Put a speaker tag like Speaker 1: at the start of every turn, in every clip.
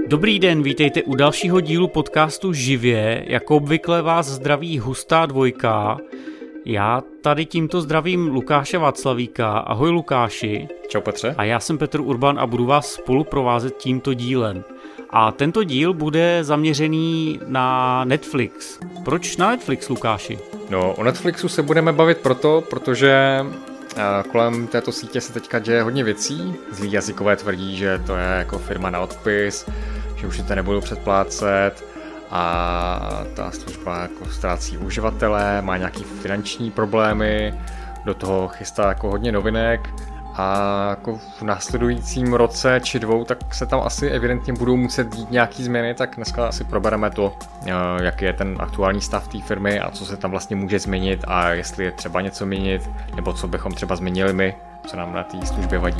Speaker 1: Dobrý den, vítejte u dalšího dílu podcastu Živě. Jako obvykle vás zdraví hustá dvojka. Já tady tímto zdravím Lukáše Václavíka. Ahoj Lukáši.
Speaker 2: Čau Petře.
Speaker 1: A já jsem Petr Urban a budu vás spolu provázet tímto dílem. A tento díl bude zaměřený na Netflix. Proč na Netflix, Lukáši?
Speaker 2: No, o Netflixu se budeme bavit protože kolem této sítě se teďka děje hodně věcí. Zlí jazykové tvrdí, že to je jako firma na odpis, že už si to nebudou předplácet a ta služba jako ztrácí uživatele, má nějaký finanční problémy, do toho chystá jako hodně novinek a jako v následujícím roce či dvou tak se tam asi evidentně budou muset dít nějaký změny, tak dneska asi probereme to, jaký je ten aktuální stav té firmy a co se tam vlastně může změnit a jestli je třeba něco měnit, nebo co bychom třeba změnili my, co nám na té službě vadí.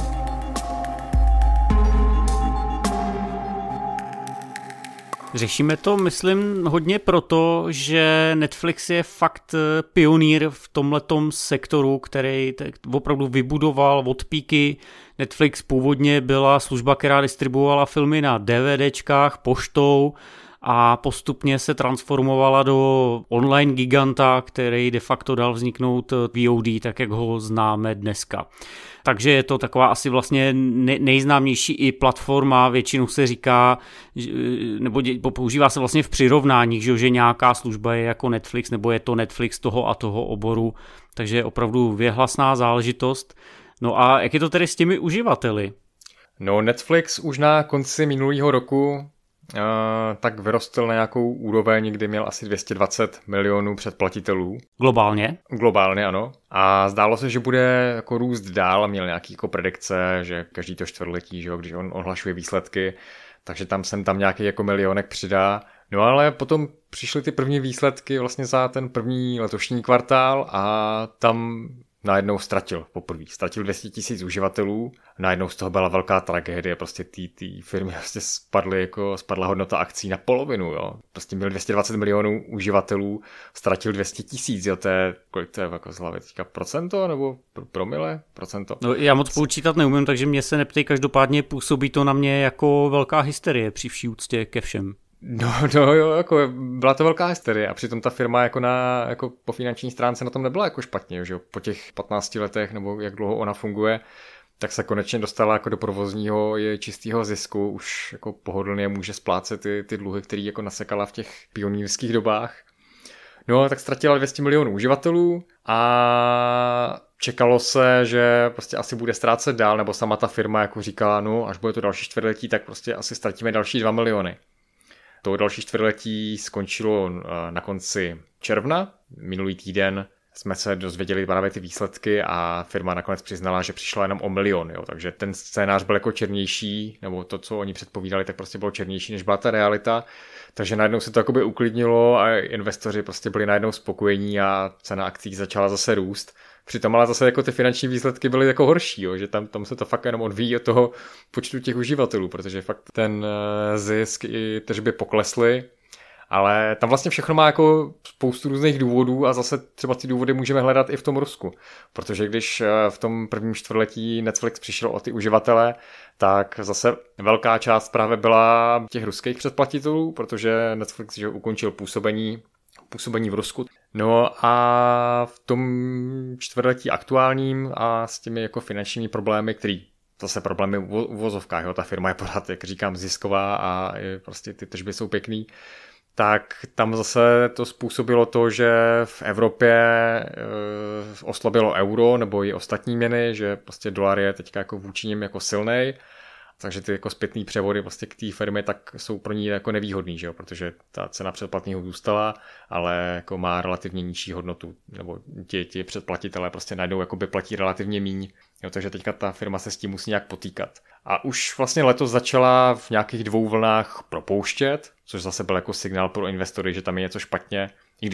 Speaker 1: Řešíme to, myslím, hodně proto, že Netflix je fakt pionýr v tomhletom sektoru, který opravdu vybudoval od píky. Netflix původně byla služba, která distribuovala filmy na DVDčkách, poštou a postupně se transformovala do online giganta, který de facto dal vzniknout VOD, tak jak ho známe dneska. Takže je to taková asi vlastně nejznámější i platforma, většinou se říká, nebo používá se vlastně v přirovnáních, že nějaká služba je jako Netflix, nebo je to Netflix toho a toho oboru, takže je opravdu věhlasná záležitost. No a jak je to tedy s těmi uživateli?
Speaker 2: No, Netflix už na konci minulého roku tak vyrostl na nějakou úroveň, kdy měl asi 220 milionů předplatitelů.
Speaker 1: Globálně?
Speaker 2: Globálně, ano. A zdálo se, že bude jako růst dál a měl nějaký jako predikce, že každý to čtvrtletí, že jo, když on ohlašuje výsledky, takže tam nějaký jako milionek přidá. No ale potom přišly ty první výsledky vlastně za ten první letošní kvartál a tam najednou ztratil 200 000 uživatelů, najednou z toho byla velká tragédie, prostě té firmy prostě spadla hodnota akcí na polovinu, jo. Prostě měl 220 milionů uživatelů, ztratil 200 000, jo, kolik to je jako z hlavy teďka, procento nebo promile? Procento?
Speaker 1: No, já moc počítat neumím, takže mě se neptej, každopádně působí to na mě jako velká hysterie při vší úctě ke všem.
Speaker 2: No jo, jako byla to velká hysterie a přitom ta firma jako po finanční stránce na tom nebyla jako špatně, že jo, po těch 15 letech nebo jak dlouho ona funguje, tak se konečně dostala jako do provozního je čistého zisku, už jako pohodlně může splácet ty dluhy, které jako nasekala v těch pionýrských dobách. No, tak ztratila 200 milionů uživatelů a čekalo se, že prostě asi bude ztrácet dál, nebo sama ta firma jako říkala, no, až bude to další čtvrtletí, tak prostě asi ztratíme další 2 miliony. To další čtvrtletí skončilo na konci června. Minulý týden jsme se dozvěděli právě ty výsledky a firma nakonec přiznala, že přišla jenom o milion. Jo. Takže ten scénář byl jako černější, nebo to, co oni předpovídali, tak prostě bylo černější, než byla ta realita. Takže najednou se to jakoby uklidnilo a investoři prostě byli najednou spokojení a cena akcí začala zase růst. Přitom ale zase jako ty finanční výsledky byly jako horší, jo, že tam se to fakt jenom odvíjí od toho počtu těch uživatelů, protože fakt ten zisk i tržby poklesly, ale tam vlastně všechno má jako spoustu různých důvodů a zase třeba ty důvody můžeme hledat i v tom Rusku, protože když v tom prvním čtvrtletí Netflix přišel o ty uživatele, tak zase velká část právě byla těch ruských předplatitelů, protože Netflix že ukončil působení v Rusku. No a v tom čtvrtletí aktuálním a s těmi jako finančními problémy, který zase problémy v uvozovkách, jo, ta firma je pořád, jak říkám, zisková a prostě ty tržby jsou pěkný, tak tam zase to způsobilo to, že v Evropě oslabilo euro nebo i ostatní měny, že prostě dolar je teďka jako vůči nim jako silnej. Takže ty jako zpětný převody vlastně k té firmy tak jsou pro ní jako nevýhodný, že jo? Protože ta cena předplatného zůstala, ale jako má relativně nižší hodnotu, nebo ti předplatitelé prostě najednou jakoby platí relativně míň, jo? Takže teďka ta firma se s tím musí nějak potýkat. A už vlastně letos začala v nějakých 2 vlnách propouštět, což zase byl jako signál pro investory, že tam je něco špatně, i když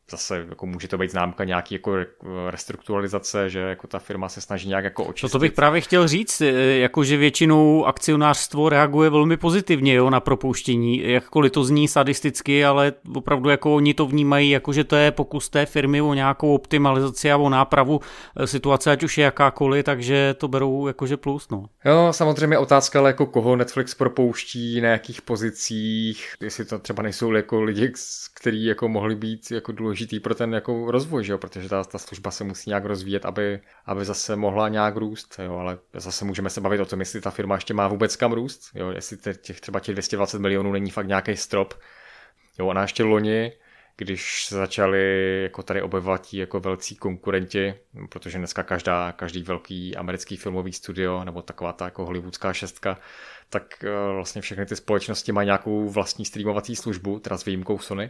Speaker 2: zase jako může to být známka nějaký jako restrukturalizace, že jako ta firma se snaží nějak jako očistit.
Speaker 1: To bych právě chtěl říct, jakože většinou akcionářstvo reaguje velmi pozitivně, jo, na propouštění, jakkoliv to zní sadisticky, ale opravdu jako oni to vnímají, jakože to je pokus té firmy o nějakou optimalizaci a o nápravu situace, ať už je jakákoliv, takže to berou jakože plus, no.
Speaker 2: Jo, samozřejmě otázka, ale jako koho Netflix propouští, na jakých pozicích, jestli to třeba nejsou jako lidi, kteří jako mohli být jako důležitý pro ten jako rozvoj, že jo? Protože ta služba se musí nějak rozvíjet, aby zase mohla nějak růst, jo? Ale zase můžeme se bavit o tom, jestli ta firma ještě má vůbec kam růst, jo? Jestli třeba těch 220 milionů není fakt nějaký strop. Jo, ona ještě loni, když se začali jako tady objevovat jako velcí konkurenti, protože dneska každý velký americký filmový studio nebo taková ta jako hollywoodská šestka, tak vlastně všechny ty společnosti mají nějakou vlastní streamovací službu, teda s výjimkou Sony.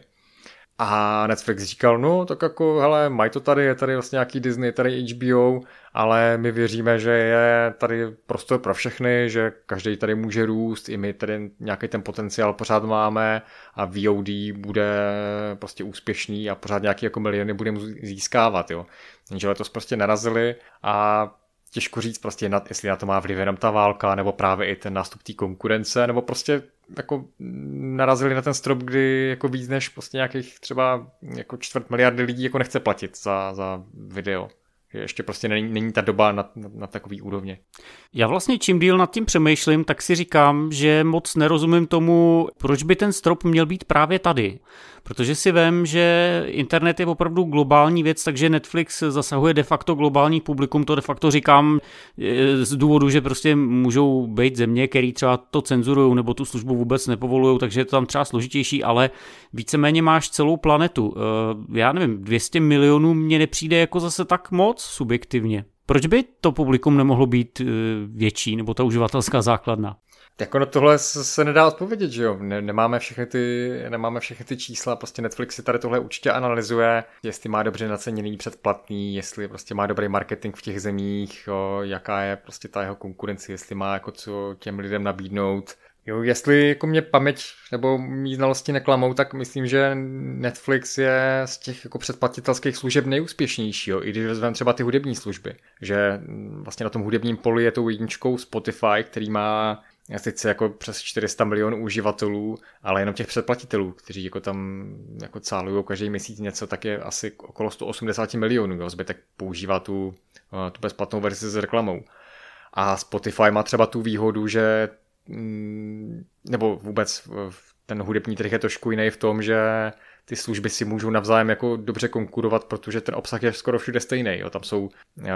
Speaker 2: A Netflix říkal, no tak jako, hele, mají to tady, je tady vlastně nějaký Disney, tady HBO, ale my věříme, že je tady prostor pro všechny, že každý tady může růst, i my tady nějaký ten potenciál pořád máme a VOD bude prostě úspěšný a pořád nějaký jako miliony budeme získávat, jo. Takže letos prostě narazili a těžko říct prostě, jestli na to má vliv jenom ta válka, nebo právě i ten nástup té konkurence, nebo prostě jako narazili na ten strop, kdy jako víc než prostě nějakých třeba jako 250 miliardy lidí jako nechce platit za video. Ještě prostě není ta doba na takový úrovně.
Speaker 1: Já vlastně čím díl nad tím přemýšlím, tak si říkám, že moc nerozumím tomu, proč by ten strop měl být právě tady. Protože si vem, že internet je opravdu globální věc, takže Netflix zasahuje de facto globální publikum, to de facto říkám z důvodu, že prostě můžou být země, který třeba to cenzurujou nebo tu službu vůbec nepovolujou, takže je to tam třeba složitější, ale víceméně máš celou planetu. Já nevím, 200 milionů mně nepřijde jako zase tak moc subjektivně. Proč by to publikum nemohlo být větší, nebo ta uživatelská základna?
Speaker 2: Jako na tohle se nedá odpovědět, že jo? Nemáme všechny ty čísla, prostě Netflix si tady tohle určitě analyzuje, jestli má dobře naceněný předplatný, jestli prostě má dobrý marketing v těch zemích, jo, jaká je prostě ta jeho konkurence, jestli má jako co těm lidem nabídnout. Jo, jestli jako mě paměť nebo mý znalosti neklamou, tak myslím, že Netflix je z těch jako předplatitelských služeb nejúspěšnější, jo, i když vezmeme třeba ty hudební služby, že vlastně na tom hudebním poli je tou jedničkou Spotify, který má sice jako přes 400 milionů uživatelů, ale jenom těch předplatitelů, kteří jako tam jako cálují každý měsíc něco, tak je asi okolo 180 milionů, jo, zbytek používá tu bezplatnou verzi s reklamou. A Spotify má třeba tu výhodu, že nebo vůbec ten hudební trh je trošku jiný v tom, že ty služby si můžou navzájem jako dobře konkurovat, protože ten obsah je skoro všude stejný. Jo. Tam jsou,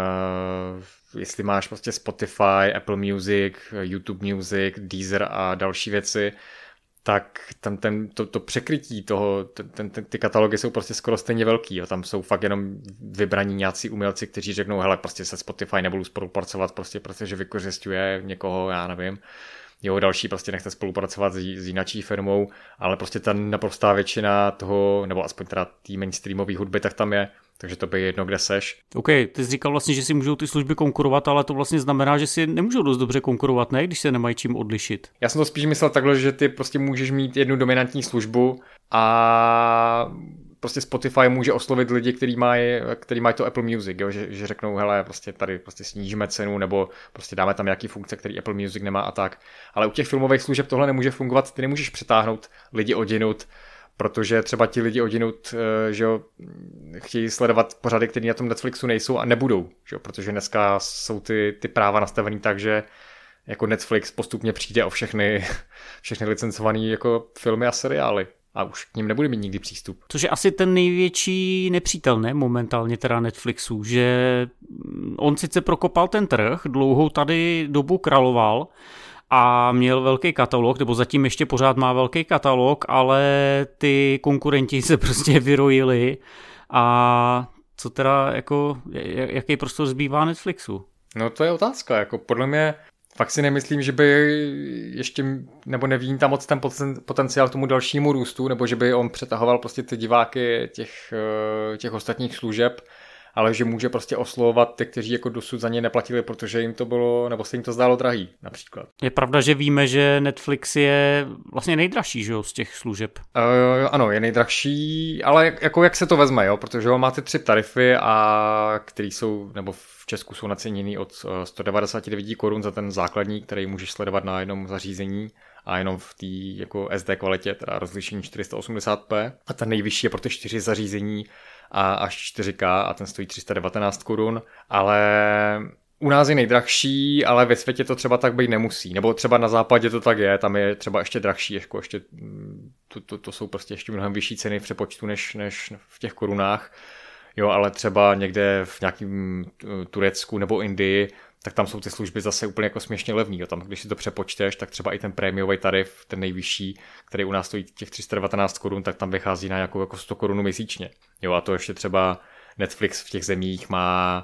Speaker 2: jestli máš prostě Spotify, Apple Music, YouTube Music, Deezer a další věci, tak tam to překrytí toho, ty katalogy jsou prostě skoro stejně velký. Jo. Tam jsou fakt jenom vybraní nějací umělci, kteří řeknou, hele, prostě se Spotify nebudu spolupracovat, prostě protože vykořisťuje někoho, já nevím. Jo, další prostě nechce spolupracovat s jináčí firmou, ale prostě ta naprostá většina toho, nebo aspoň teda tý mainstreamový hudby, tak tam je, takže to by jedno, kde seš.
Speaker 1: OK, ty jsi říkal vlastně, že si můžou ty služby konkurovat, ale to vlastně znamená, že si nemůžou dost dobře konkurovat, ne? Když se nemají čím odlišit.
Speaker 2: Já jsem to spíš myslel takhle, že ty prostě můžeš mít jednu dominantní službu a prostě Spotify může oslovit lidi, kteří mají to Apple Music, jo? Že řeknou, hele, prostě tady prostě snížíme cenu, nebo prostě dáme tam nějaký funkce, který Apple Music nemá a tak. Ale u těch filmových služeb tohle nemůže fungovat, ty nemůžeš přetáhnout lidi odinut, protože třeba ti lidi odinut, že jo, chtějí sledovat pořady, které na tom Netflixu nejsou a nebudou, že jo? Protože dneska jsou ty práva nastavený tak, že jako Netflix postupně přijde o všechny licencované jako filmy a seriály. A už k ním nebude mít nikdy přístup.
Speaker 1: Což je asi ten největší nepřítel, ne? Momentálně teda Netflixu, že on sice prokopal ten trh, dlouhou tady dobu královal a měl velký katalog, nebo zatím ještě pořád má velký katalog, ale ty konkurenti se prostě vyrojili a co teda jako, jaký prostor zbývá Netflixu?
Speaker 2: No to je otázka, jako podle mě fakt si nemyslím, že by ještě, nebo nevím tam moc ten potenciál tomu dalšímu růstu, nebo že by on přetahoval prostě ty diváky těch ostatních služeb, ale že může prostě oslovovat ty, kteří jako dosud za ně neplatili, protože jim to bylo, nebo se jim to zdálo drahý například.
Speaker 1: Je pravda, že víme, že Netflix je vlastně nejdražší, že jo, z těch služeb.
Speaker 2: Ano, je nejdražší, ale jako jak se to vezme, jo, protože ho máte 3 tarify, a který jsou, nebo v Česku jsou naceněný od 199 korun za ten základní, který můžeš sledovat na jednom zařízení a jenom v té jako SD kvalitě, teda rozlišení 480p. A ten nejvyšší je pro ty 4 zařízení a až 4K a ten stojí 319 korun, ale u nás je nejdražší, ale ve světě to třeba tak být nemusí. Nebo třeba na západě to tak je, tam je třeba ještě drahší, ještě to jsou prostě ještě mnohem vyšší ceny v přepočtu než v těch korunách. Jo, ale třeba někde v nějakém Turecku nebo Indii, tak tam jsou ty služby zase úplně jako směšně levný. Jo. Tam, když si to přepočteš, tak třeba i ten prémiový tarif, ten nejvyšší, který u nás stojí těch 319 korun, tak tam vychází na nějakou jako 100 korun měsíčně. Jo, a to ještě třeba Netflix v těch zemích má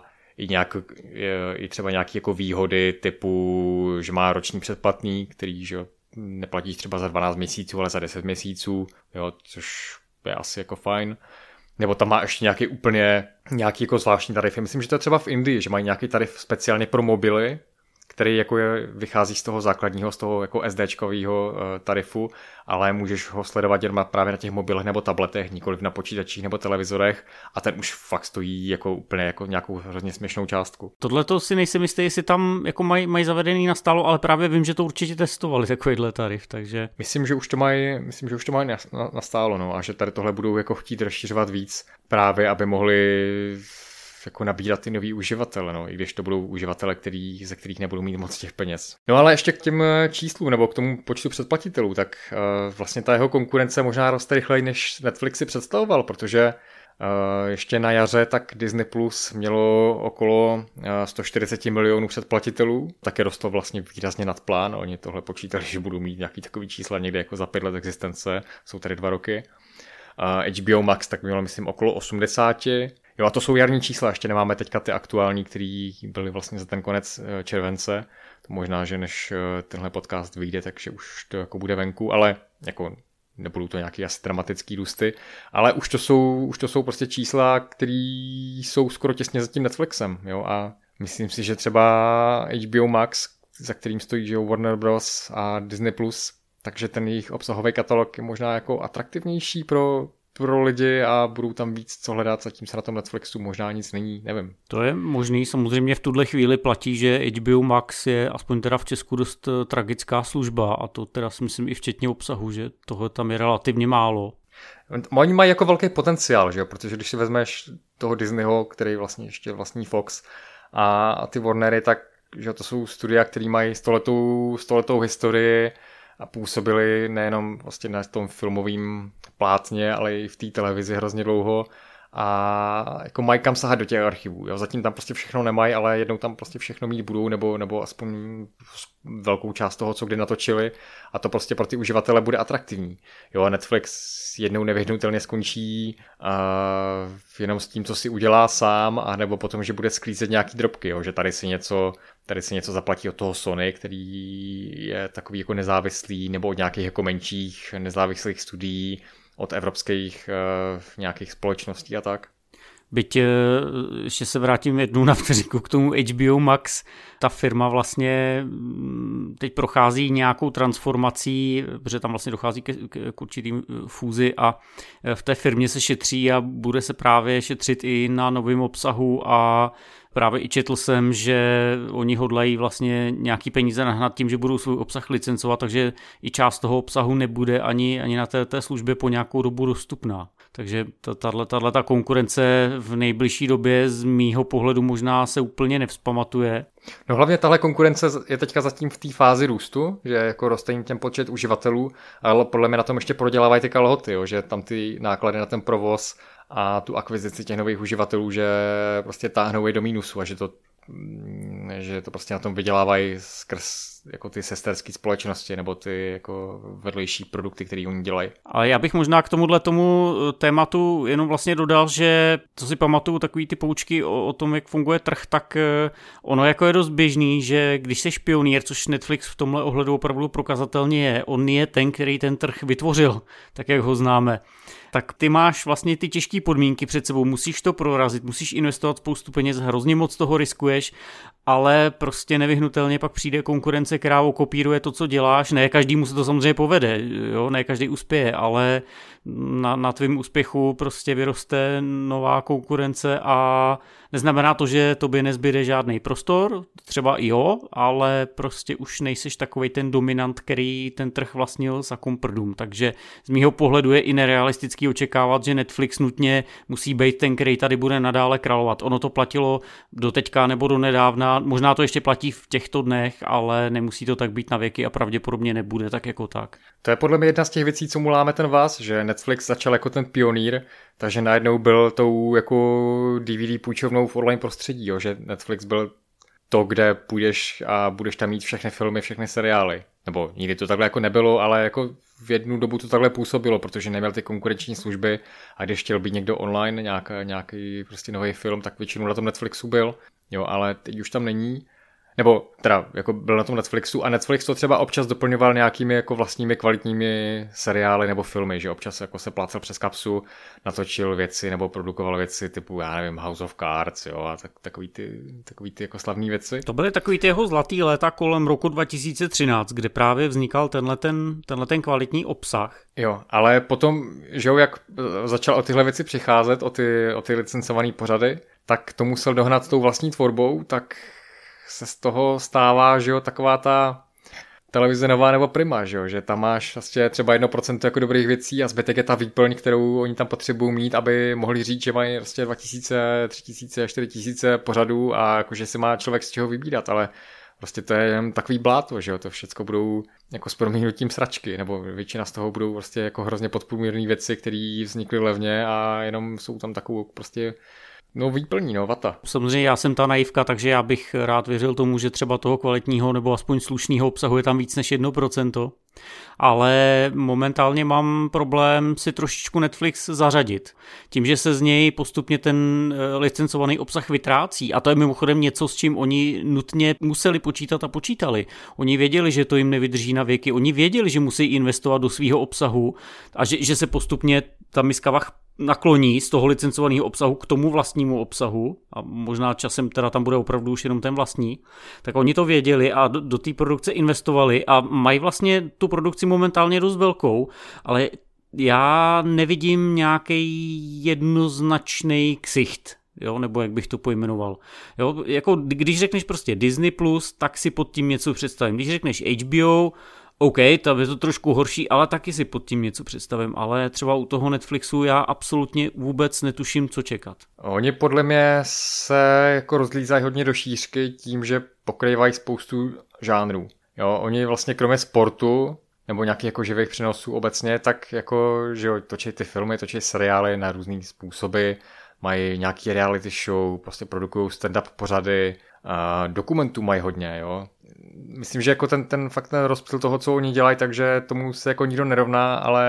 Speaker 2: i třeba nějaké jako výhody typu, že má roční předplatný, který že neplatí třeba za 12 měsíců, ale za 10 měsíců, jo, což je asi jako fajn. Nebo tam má ještě nějaký jako zvláštní tarif. Myslím, že to je třeba v Indii, že mají nějaký tarif speciálně pro mobily, který jako vychází z toho základního, z toho jako SDčkového tarifu, ale můžeš ho sledovat jen právě na těch mobilech nebo tabletech, nikoliv na počítačích nebo televizorech, a ten už fakt stojí jako úplně jako nějakou hrozně směšnou částku. Tohle to si nejsem jistý, jestli tam jako mají zavedený na stálo, ale právě vím, že to určitě testovali takovýhle tarif, takže myslím, že už to mají na stálo, no, a že tady tohle budou jako chtít rozšiřovat víc, právě aby mohli jako nabírat ty nový uživatele, no, i když to budou uživatele, ze kterých nebudou mít moc těch peněz. No ale ještě k těm číslům nebo k tomu počtu předplatitelů, tak vlastně ta jeho konkurence možná roste rychleji, než Netflix si představoval, protože ještě na jaře tak Disney Plus mělo okolo 140 milionů předplatitelů, také rostlo vlastně výrazně nad plán, oni tohle počítali, že budou mít nějaký takový čísla někde jako za 5 let existence, jsou tady 2 roky. HBO Max tak mělo, myslím, okolo 80. Jo, a to jsou jarní čísla, ještě nemáme teďka ty aktuální, které byly vlastně za ten konec července. To možná, že než tenhle podcast vyjde, takže už to jako bude venku, ale jako nebudou to nějaký asi dramatický růsty, ale už to jsou prostě čísla, které jsou skoro těsně za tím Netflixem, jo, a myslím si, že třeba HBO Max, za kterým stojí, že Warner Bros. A Disney Plus, takže ten jejich obsahový katalog je možná jako atraktivnější pro lidi a budou tam víc co hledat, zatím se na tom Netflixu možná nic není, nevím. To je možný, samozřejmě v tuhle chvíli platí, že HBO Max je aspoň teda v Česku dost tragická služba, a to teda si myslím i včetně obsahu, že toho tam je relativně málo. Oni mají jako velký potenciál, že jo? Protože když si vezmeš toho Disneyho, který vlastně ještě vlastní Fox, a ty Warnery, tak že to jsou studia, které mají stoletou historii a působili nejenom vlastně na tom filmovém plátně, ale i v té televizi hrozně dlouho, a jako mají kam sahat do těch archivů. Jo? Zatím tam prostě všechno nemají, ale jednou tam prostě všechno mít budou, nebo aspoň velkou část toho, co kdy natočili, a to prostě pro ty uživatele bude atraktivní. Jo, a Netflix jednou nevyhnutelně skončí jenom s tím, co si udělá sám, anebo potom, že bude sklízet nějaký drobky, jo? Že tady si něco zaplatí od toho Sony, který je takový jako nezávislý, nebo od nějakých jako menších nezávislých studií, od evropských nějakých společností a tak.
Speaker 1: Byť ještě se vrátím jednou na vteřinku k tomu HBO Max. Ta firma vlastně teď prochází nějakou transformací, protože tam vlastně dochází k určitým fúzi, a v té firmě se šetří a bude se právě šetřit i na novém obsahu, a právě i četl jsem, že oni hodlají vlastně nějaký peníze nahnat tím, že budou svůj obsah licencovat, takže i část toho obsahu nebude ani na té službě po nějakou dobu dostupná. Takže tato konkurence v nejbližší době z mýho pohledu možná se úplně nevzpamatuje.
Speaker 2: No hlavně tahle konkurence je teďka zatím v té fázi růstu, že jako roste jim ten počet uživatelů, ale podle mě na tom ještě prodělávají ty kalhoty, jo, že tam ty náklady na ten provoz a tu akvizici těch nových uživatelů, že prostě táhnou je do mínusu, a že to prostě na tom vydělávají skrz jako ty sesterské společnosti nebo ty jako vedlejší produkty, které oni dělají.
Speaker 1: Ale já bych možná k tomu tématu jenom vlastně dodal, že co si pamatuju takový ty poučky o tom, jak funguje trh, tak ono jako je dost běžný, že když jsi pionýr, což Netflix v tomhle ohledu opravdu prokazatelně je, on je ten, který ten trh vytvořil, tak jak ho známe. Tak ty máš vlastně ty těžké podmínky před sebou, musíš to prorazit, musíš investovat spoustu peněz, hrozně moc toho riskuješ, ale prostě nevyhnutelně pak přijde konkurence, která okopíruje to, co děláš. Ne každému se to samozřejmě povede, jo? Ne každý uspěje, ale na tvém úspěchu prostě vyroste nová konkurence a neznamená to, že tobě nezbyde žádný prostor, třeba i jo, ale prostě už nejseš takovej ten dominant, který ten trh vlastnil za komprdům. Takže z mýho pohledu je i nerealistický očekávat, že Netflix nutně musí být ten, který tady bude nadále královat. Ono to platilo do teďka nebo do nedávna, možná to ještě platí v těchto dnech, ale nemusí to tak být na věky a pravděpodobně nebude tak jako tak.
Speaker 2: To je podle mě jedna z těch věcí, co mu láme ten vás, že Netflix začal jako ten pionýr, takže najednou byl tou jako DVD půjčovnou v online prostředí, jo? Že Netflix byl to, kde půjdeš a budeš tam mít všechny filmy, všechny seriály. Nebo nikdy to takhle jako nebylo, ale jako v jednu dobu to takhle působilo, protože neměl ty konkurenční služby a když chtěl být někdo online, nějaký prostě nový film, tak většinou na tom Netflixu byl, jo, ale teď už tam není. Nebo teda jako byl na tom Netflixu a Netflix to třeba občas doplňoval nějakými jako vlastními kvalitními seriály nebo filmy, že občas jako se plácel přes kapsu, natočil věci nebo produkoval věci typu, já nevím, House of Cards, jo, a takový ty jako slavný věci.
Speaker 1: To byly takový ty jeho zlatý léta kolem roku 2013, kde právě vznikal tenhle ten kvalitní obsah.
Speaker 2: Jo, ale potom, že jo, jak začal o tyhle věci přicházet, o ty licencované pořady, tak to musel dohnat s tou vlastní tvorbou, tak se z toho stává, že jo, taková ta televize nová nebo Prima, že jo, že tam máš vlastně třeba 1% jako dobrých věcí a zbytek je ta výplň, kterou oni tam potřebují mít, aby mohli říct, že mají vlastně 2000, 3000, 4000 pořadů a jakože si má člověk z čeho vybírat, ale prostě to je jen takový bláto, že jo, to všecko budou jako s prominutím sračky, nebo většina z toho budou prostě jako hrozně podprůměrné věci, které vznikly levně a jenom jsou tam takovou prostě výplní, vata.
Speaker 1: Samozřejmě já jsem ta naivka, takže já bych rád věřil tomu, že třeba toho kvalitního nebo aspoň slušného obsahu je tam víc než 1%. Ale momentálně mám problém si trošičku Netflix zařadit. Tím, že se z něj postupně ten licencovaný obsah vytrácí. A to je mimochodem něco, s čím oni nutně museli počítat a počítali. Oni věděli, že to jim nevydrží na věky. Oni věděli, že musí investovat do svého obsahu a že se postupně ta miska vah nakloní z toho licencovaného obsahu k tomu vlastnímu obsahu a možná časem teda tam bude opravdu už jenom ten vlastní, tak oni to věděli a do té produkce investovali a mají vlastně tu produkci momentálně dost velkou, ale já nevidím nějaký jednoznačný ksicht, jo, nebo jak bych to pojmenoval. Jo, jako když řekneš prostě Disney+, tak si pod tím něco představím. Když řekneš HBO, OK, to je to trošku horší, ale taky si pod tím něco představím, ale třeba u toho Netflixu já absolutně vůbec netuším, co čekat.
Speaker 2: Oni podle mě se jako rozlízají hodně do šířky tím, že pokrývají spoustu žánrů. Jo, oni vlastně kromě sportu nebo nějakých jako živých přenosů obecně, tak jako, že jo, točí ty filmy, točí seriály na různý způsoby, mají nějaký reality show, prostě produkují stand-up pořady, dokumentů mají hodně, jo. Myslím, že jako ten fakt ten rozptyl toho, co oni dělají, takže tomu se jako nikdo nerovná, ale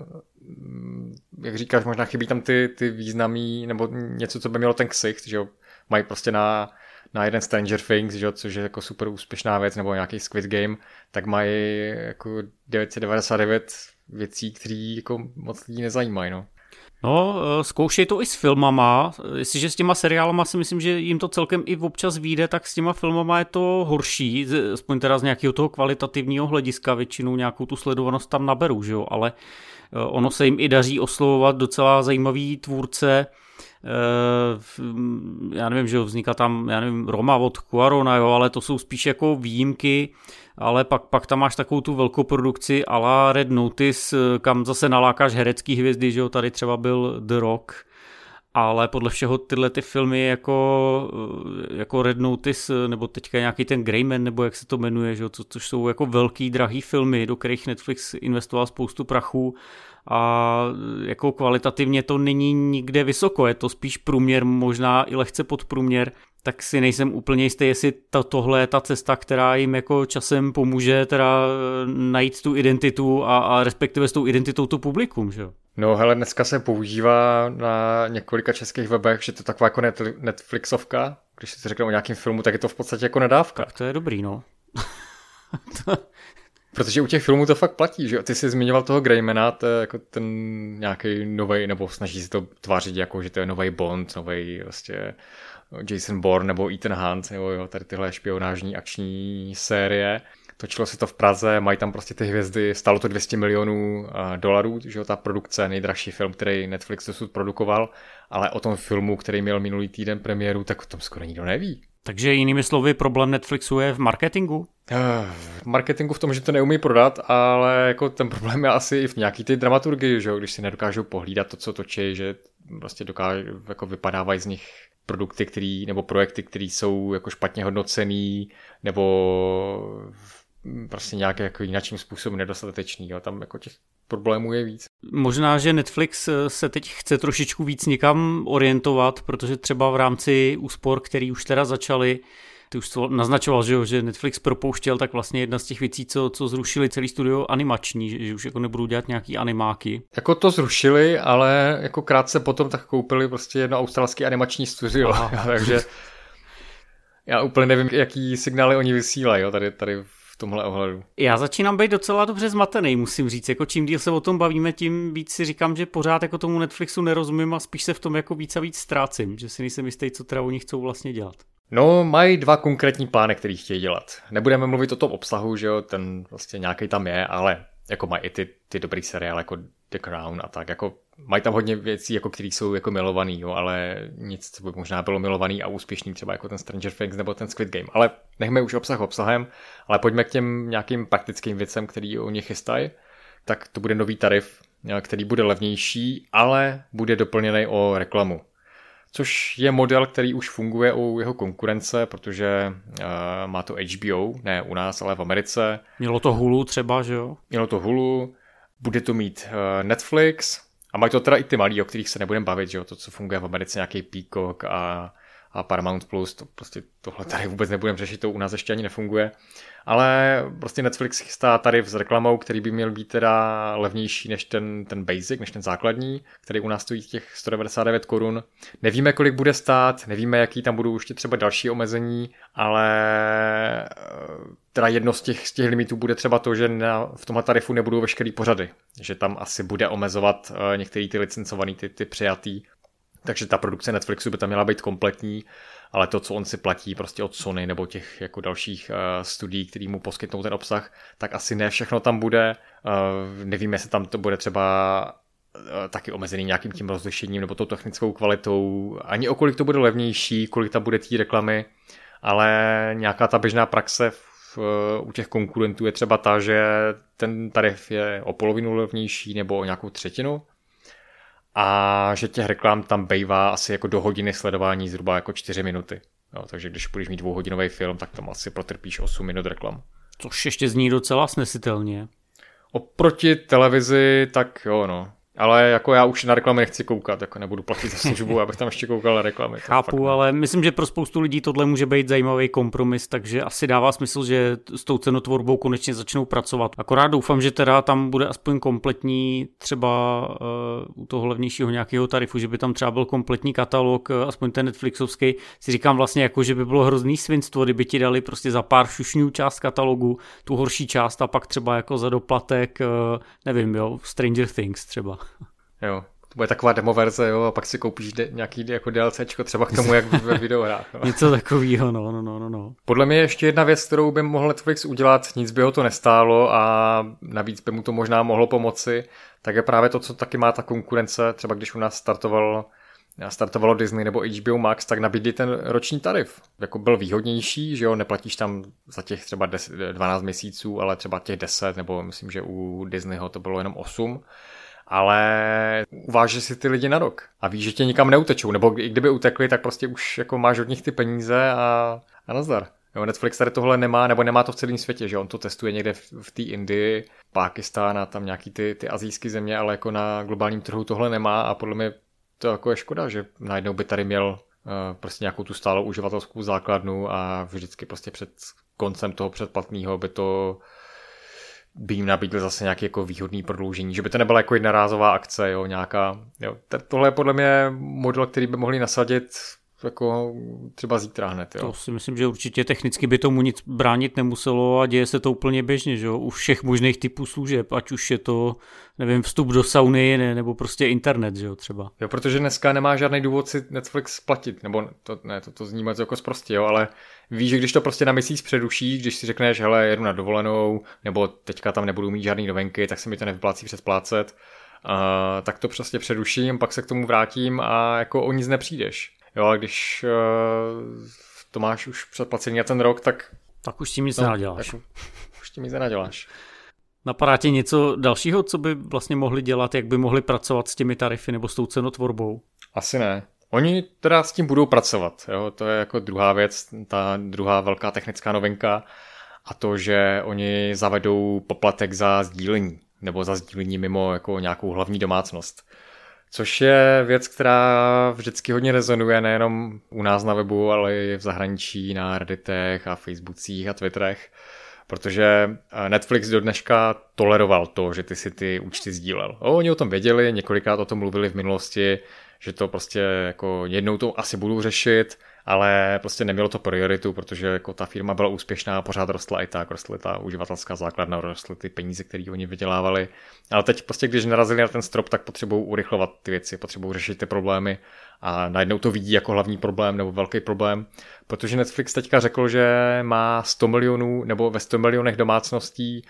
Speaker 2: jak říkáš, možná chybí tam ty významí, nebo něco, co by mělo ten ksicht, že jo. Mají prostě na jeden Stranger Things, že jo, což je jako super úspěšná věc, nebo nějaký Squid Game, tak mají jako 999 věcí, které jako moc lidí nezajímají, no.
Speaker 1: No, zkoušej to i s filmama, jestliže s těma seriálama si myslím, že jim to celkem i občas vyjde, tak s těma filmama je to horší, aspoň teda z nějakého toho kvalitativního hlediska, většinou nějakou tu sledovanost tam naberou, že jo, ale ono se jim i daří oslovovat docela zajímavý tvůrce, já nevím, že jo, vzniká tam, já nevím, Roma od Cuarona, jo, ale to jsou spíš jako výjimky, ale pak tam máš takovou tu velkou produkci a la Red Notice, kam zase nalákáš herecký hvězdy, že jo, tady třeba byl The Rock, ale podle všeho tyhle ty filmy jako Red Notice, nebo teďka nějaký ten Greyman, nebo jak se to jmenuje, že jo, což jsou jako velký, drahý filmy, do kterých Netflix investoval spoustu prachu a jako kvalitativně to není nikde vysoko, je to spíš průměr, možná i lehce podprůměr, tak si nejsem úplně jistý, jestli tohle je ta cesta, která jim jako časem pomůže teda najít tu identitu a respektive s tou identitou to publikum, že jo?
Speaker 2: No hele, dneska se používá na několika českých webech, že to je taková jako Netflixovka. Když si řekne o nějakém filmu, tak je to v podstatě jako nadávka.
Speaker 1: Tak to je dobrý, no.
Speaker 2: Protože u těch filmů to fakt platí, že ty jsi zmiňoval toho Greymana, to je jako ten nějaký novej, nebo snaží se to tvářit jako, že to je novej Bond, novej vlastně Jason Bourne nebo Ethan Hunt, nebo jo, tady tyhle špionážní akční série. Točilo se to v Praze, mají tam prostě ty hvězdy, stálo to $200 milionů, že jo, ta produkce, nejdražší film, který Netflix dosud produkoval, ale o tom filmu, který měl minulý týden premiéru, tak o tom skoro nikdo neví.
Speaker 1: Takže jinými slovy, problém Netflixu je v marketingu?
Speaker 2: V marketingu v tom, že to neumí prodat, ale jako ten problém je asi i v nějaký ty dramaturgii, že jo, když si nedokážou pohlídat to, co točí, že vlastně jako vypadávají z nich produkty, nebo projekty, které jsou jako špatně hodnocený, nebo prostě nějaký jako jinačím způsobem nedostatečný. Jo. Tam jako těch problémů je víc.
Speaker 1: Možná, že Netflix se teď chce trošičku víc někam orientovat, protože třeba v rámci úspor, který už teda začaly, ty už to naznačoval, že Netflix propouštěl, tak vlastně jedna z těch věcí, co zrušili celý studio animační, že už jako nebudou dělat nějaký animáky.
Speaker 2: Jako to zrušili, ale jako krátce potom tak koupili prostě jedno australské animační studio, takže já úplně nevím, jaký signály oni vysílají, jo, tady v tomhle ohledu.
Speaker 1: Já začínám být docela dobře zmatený, musím říct, jako čím díl se o tom bavíme, tím víc si říkám, že pořád jako tomu Netflixu nerozumím a spíš se v tom jako víc a víc ztrácím, že si nejsem jistý, co teda oni chcou vlastně dělat.
Speaker 2: No, mají dva konkrétní plány, který chtějí dělat. Nebudeme mluvit o tom obsahu, že jo, ten vlastně nějaký tam je, ale jako mají i ty dobrý seriály jako The Crown a tak, jako mají tam hodně věcí, jako který jsou jako milovaný, jo, ale nic, co by možná bylo milovaný a úspěšný, třeba jako ten Stranger Things nebo ten Squid Game. Ale nechme už obsah obsahem, ale pojďme k těm nějakým praktickým věcem, který o nich chystají. Tak to bude nový tarif, který bude levnější, ale bude doplněný o reklamu. Což je model, který už funguje u jeho konkurence, protože má to HBO, ne u nás, ale v Americe.
Speaker 1: Mělo to Hulu třeba, že jo?
Speaker 2: Mělo to Hulu, bude to mít Netflix a mají to teda i ty malí, o kterých se nebudeme bavit, že jo? To, co funguje v Americe, nějaký Peacock a Paramount Plus, to prostě tohle tady vůbec nebudeme řešit, to u nás ještě ani nefunguje. Ale prostě Netflix chystá tarif s reklamou, který by měl být teda levnější než ten basic, než ten základní, který u nás stojí těch 199 korun. Nevíme, kolik bude stát, nevíme, jaký tam budou ještě třeba další omezení, ale teda jedno z těch limitů bude třeba to, že v tomhle tarifu nebudou veškerý pořady, že tam asi bude omezovat některý ty licencovaný, ty přijatý. Takže ta produkce Netflixu by tam měla být kompletní, ale to, co on si platí prostě od Sony nebo těch jako dalších studií, který mu poskytnou ten obsah, tak asi ne všechno tam bude. Nevíme, jestli tam to bude třeba taky omezený nějakým tím rozlišením nebo tou technickou kvalitou, ani o kolik to bude levnější, kolik tam bude té reklamy, ale nějaká ta běžná praxe u těch konkurentů je třeba ta, že ten tarif je o polovinu levnější nebo o nějakou třetinu. A že těch reklam tam bejvá asi jako do hodiny sledování zhruba jako 4 minuty. Jo, takže když budeš mít 2hodinový film, tak tam asi protrpíš 8 minut reklam.
Speaker 1: Což ještě zní docela snesitelně.
Speaker 2: Oproti televizi, tak jo no. Ale jako já už na reklamy nechci koukat, jako nebudu platit za službu, abych tam ještě koukal na reklamy.
Speaker 1: Chápu, ale myslím, že pro spoustu lidí tohle může být zajímavý kompromis, takže asi dává smysl, že s tou cenotvorbou konečně začnou pracovat. Akorát doufám, že teda tam bude aspoň kompletní třeba u toho levnějšího nějakého tarifu, že by tam třeba byl kompletní katalog, aspoň ten Netflixovský. Si říkám vlastně jako, že by bylo hrozný svinstvo, kdyby ti dali prostě za pár šušňů část katalogu, tu horší část a pak třeba jako za doplatek, nevím, jo, Stranger Things třeba.
Speaker 2: Jo, to bude taková demo verze, jo, a pak si koupíš nějaký jako DLCčko třeba k tomu, jak ve videohrách. No.
Speaker 1: Něco takového, no.
Speaker 2: Podle mě ještě jedna věc, kterou by mohl Netflix udělat, nic by ho to nestálo a navíc by mu to možná mohlo pomoci, tak je právě to, co taky má ta konkurence, třeba když u nás startovalo Disney nebo HBO Max, tak nabídli ten roční tarif. Jako byl výhodnější, že jo, neplatíš tam za těch třeba 12 měsíců, ale třeba těch 10, nebo myslím, že u Disneyho to bylo jenom 8. Ale uváží si ty lidi na rok a víš, že tě nikam neutečou, nebo i kdyby utekli, tak prostě už jako máš od nich ty peníze a nazdar. Jo, Netflix tady tohle nemá, nebo nemá to v celém světě, že on to testuje někde v té Indii, Pákistán a tam nějaký ty asijské země, ale jako na globálním trhu tohle nemá a podle mě to jako je škoda, že najednou by tady měl prostě nějakou tu stálou uživatelskou základnu a vždycky prostě před koncem toho předplatného by jim nabídl zase nějaký jako výhodný prodloužení, že by to nebyla jako jednorázová akce, jo, nějaká. Jo. Tohle je podle mě model, který by mohli nasadit jako třeba zítra hned. Jo.
Speaker 1: To si myslím, že určitě technicky by tomu nic bránit nemuselo a děje se to úplně běžně, že jo, u všech možných typů služeb, ať už je to, nevím, vstup do sauny nebo prostě internet, že jo, třeba.
Speaker 2: Jo, protože dneska nemá žádný důvod si Netflix platit, nebo to zní moc jako sprostě, jo, ale víš, že když to prostě na měsíc přerušíš, když si řekneš, hele, jedu na dovolenou, nebo teďka tam nebudu mít žádný novinky, tak se mi to nevyplácí předplácet, tak to prostě přeruším, pak se k tomu vrátím a jako o nic nepřijdeš. Jo, a když to máš už předplacený na ten rok, tak
Speaker 1: už tím nic nenaděláš.
Speaker 2: Už tím nic nenaděláš.
Speaker 1: Napadá tě něco dalšího, co by vlastně mohli dělat, jak by mohli pracovat s těmi tarify nebo s tou cenotvorbou?
Speaker 2: Asi ne. Oni teda s tím budou pracovat. Jo? To je jako druhá věc, ta druhá velká technická novinka a to, že oni zavedou poplatek za sdílení nebo za sdílení mimo jako nějakou hlavní domácnost. Což je věc, která vždycky hodně rezonuje nejenom u nás na webu, ale i v zahraničí na Redditech a Facebookích a Twitterech, protože Netflix do dneška toleroval to, že ty si ty účty sdílel. Oni o tom věděli, několikrát o tom mluvili v minulosti, že to prostě jako jednou to asi budou řešit, ale prostě nemělo to prioritu, protože jako ta firma byla úspěšná, pořád rostla i tak, rostly ta uživatelská základna, rostly ty peníze, které oni vydělávali. Ale teď prostě, když narazili na ten strop, tak potřebují urychlovat ty věci, potřebují řešit ty problémy a najednou to vidí jako hlavní problém nebo velký problém, protože Netflix teďka řekl, že má 100 milionů nebo ve 100 milionech domácností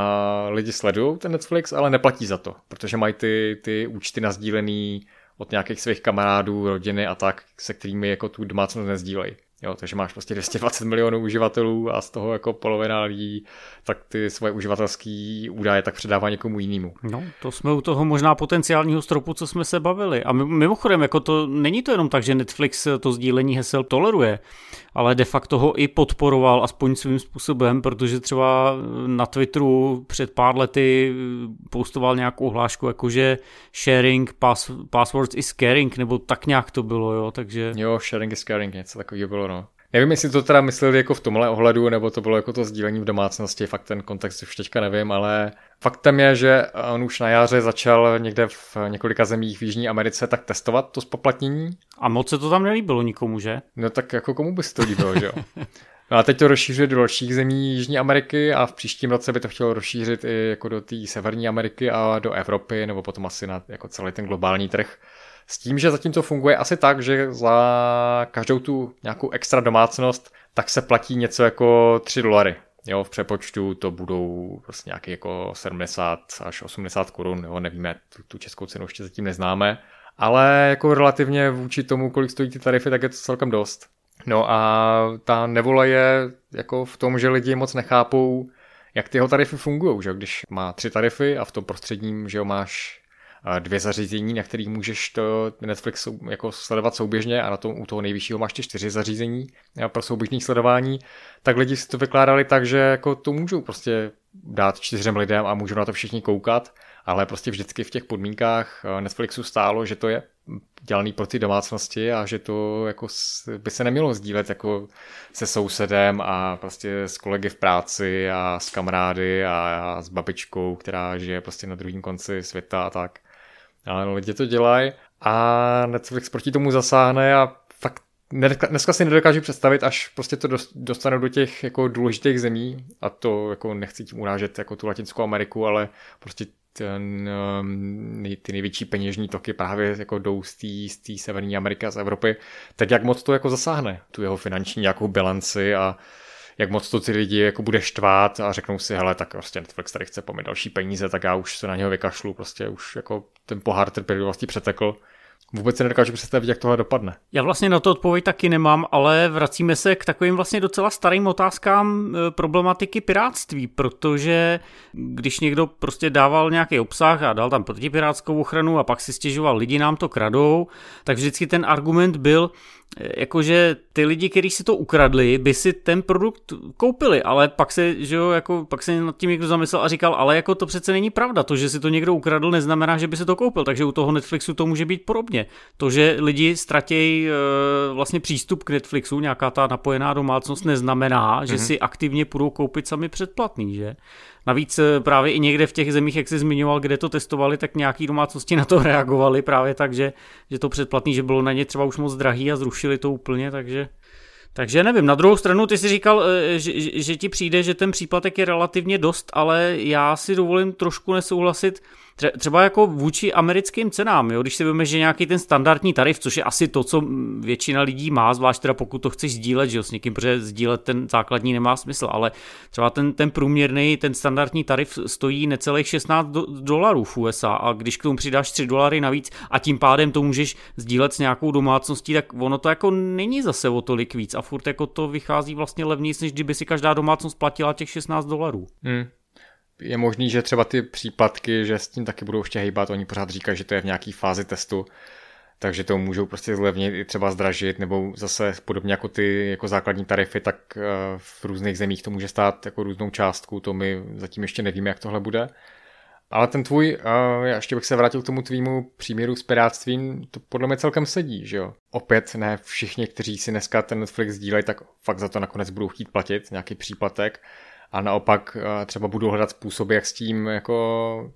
Speaker 2: a lidi sledují ten Netflix, ale neplatí za to, protože mají ty účty nasdílený od nějakých svých kamarádů, rodiny a tak, se kterými jako tu domácnost nezdílejí. Jo, takže máš prostě 220 milionů uživatelů a z toho jako polovina lidí tak ty svoje uživatelský údaje tak předává někomu jinému.
Speaker 1: No, to jsme u toho možná potenciálního stropu, co jsme se bavili. A mimochodem, jako to není to jenom tak, že Netflix to sdílení hesel toleruje, ale de facto ho i podporoval aspoň svým způsobem, protože třeba na Twitteru před pár lety postoval nějakou hlášku, jakože sharing passwords is caring, nebo tak nějak to bylo, jo, takže...
Speaker 2: Jo, sharing is caring, něco takového bylo, no. Nevím, jestli to teda mysleli jako v tomhle ohledu, nebo to bylo jako to sdílení v domácnosti, fakt ten kontext už teďka nevím, ale faktem je, že on už na jaře začal někde v několika zemích v Jižní Americe tak testovat to zpoplatnění.
Speaker 1: A moc se to tam nelíbilo nikomu, že?
Speaker 2: No tak jako komu by se to líbilo, že jo? No a teď to rozšířuje do dalších zemí Jižní Ameriky a v příštím roce by to chtělo rozšířit i jako do té Severní Ameriky a do Evropy, nebo potom asi na jako celý ten globální trh. S tím, že zatím to funguje asi tak, že za každou tu nějakou extra domácnost tak se platí něco jako $3. Jo, v přepočtu to budou prostě nějaký jako 70 až 80 korun, jo, nevíme, tu českou cenu ještě zatím neznáme, ale jako relativně vůči tomu, kolik stojí ty tarify, tak je to celkem dost. No a ta nevole je jako v tom, že lidi moc nechápou, jak ty jeho tarify fungují, že když má 3 tarify a v tom prostředním, že jo, máš 2 zařízení, na kterých můžeš to Netflix jako sledovat souběžně a u toho nejvyššího máš ty 4 zařízení pro souběžné sledování, tak lidi si to vykládali tak, že jako to můžou prostě dát 4 lidem a můžou na to všichni koukat, ale prostě vždycky v těch podmínkách Netflixu stálo, že to je dělaný pro ty domácnosti a že to jako by se nemělo sdílet jako se sousedem a prostě s kolegy v práci a s kamarády a s babičkou, která žije prostě na druhém konci světa a tak. Ale lidi to dělají a Netflix proti tomu zasáhne a fakt dneska si nedokážu představit, až prostě to dostanou do těch jako důležitých zemí a to jako nechci tím urážet jako tu Latinskou Ameriku, ale prostě ty největší peněžní toky právě jako jdou z té Severní Ameriky a z Evropy, tak jak moc to jako zasáhne tu jeho finanční nějakou bilanci a jak moc to ty lidi jako bude štvát a řeknou si, hele, tak prostě Netflix tady chce po mě další peníze, tak já už se na něho vykašlu, prostě už jako ten pohár trpělivosti přetekl. Vůbec se nedokážu představit, jak tohle dopadne.
Speaker 1: Já vlastně na to odpověď taky nemám, ale vracíme se k takovým vlastně docela starým otázkám problematiky pirátství, protože když někdo prostě dával nějaký obsah a dal tam protipirátskou ochranu a pak si stěžoval, lidi nám to kradou, tak vždycky ten argument byl, jakože ty lidi, kteří si to ukradli, by si ten produkt koupili, ale pak se, že jo, jako pak se nad tím někdo zamyslel a říkal, ale jako to přece není pravda, to, že si to někdo ukradl, neznamená, že by se to koupil, takže u toho Netflixu to může být podobně. To, že lidi ztratějí vlastně přístup k Netflixu, nějaká ta napojená domácnost, neznamená, že si aktivně půjdou koupit sami předplatný, že? Navíc právě i někde v těch zemích, jak jsi zmiňoval, kde to testovali, tak nějaký domácnosti na to reagovali právě tak, že to předplatný, že bylo na ně třeba už moc drahý a zrušili to úplně, takže nevím. Na druhou stranu ty jsi říkal, že ti přijde, že ten příplatek je relativně dost, ale já si dovolím trošku nesouhlasit, třeba jako vůči americkým cenám, jo? Když si víme, že nějaký ten standardní tarif, což je asi to, co většina lidí má, zvlášť teda pokud to chceš sdílet, že jo, s někým, protože sdílet ten základní nemá smysl, ale třeba ten průměrný, ten standardní tarif stojí necelých $16 v USA a když k tomu přidáš $3 navíc a tím pádem to můžeš sdílet s nějakou domácností, tak ono to jako není zase o tolik víc a furt jako to vychází vlastně levnější, než kdyby si každá domácnost platila těch $16.
Speaker 2: Je možný, že třeba ty příplatky, že s tím taky budou ještě hejbat, oni pořád říkají, že to je v nějaký fázi testu, takže to můžou prostě zlevnit i třeba zdražit, nebo zase podobně jako ty jako základní tarify, tak v různých zemích to může stát jako různou částku, to my zatím ještě nevíme, jak tohle bude. Ale ten tvůj, já ještě bych se vrátil k tomu tvýmu příměru s pirátstvím, to podle mě celkem sedí, že jo. Opět ne všichni, kteří si dneska ten Netflix sdílejí, tak fakt za to nakonec budou chtít platit nějaký příplatek. A naopak třeba budou hledat způsoby, jak s tím jako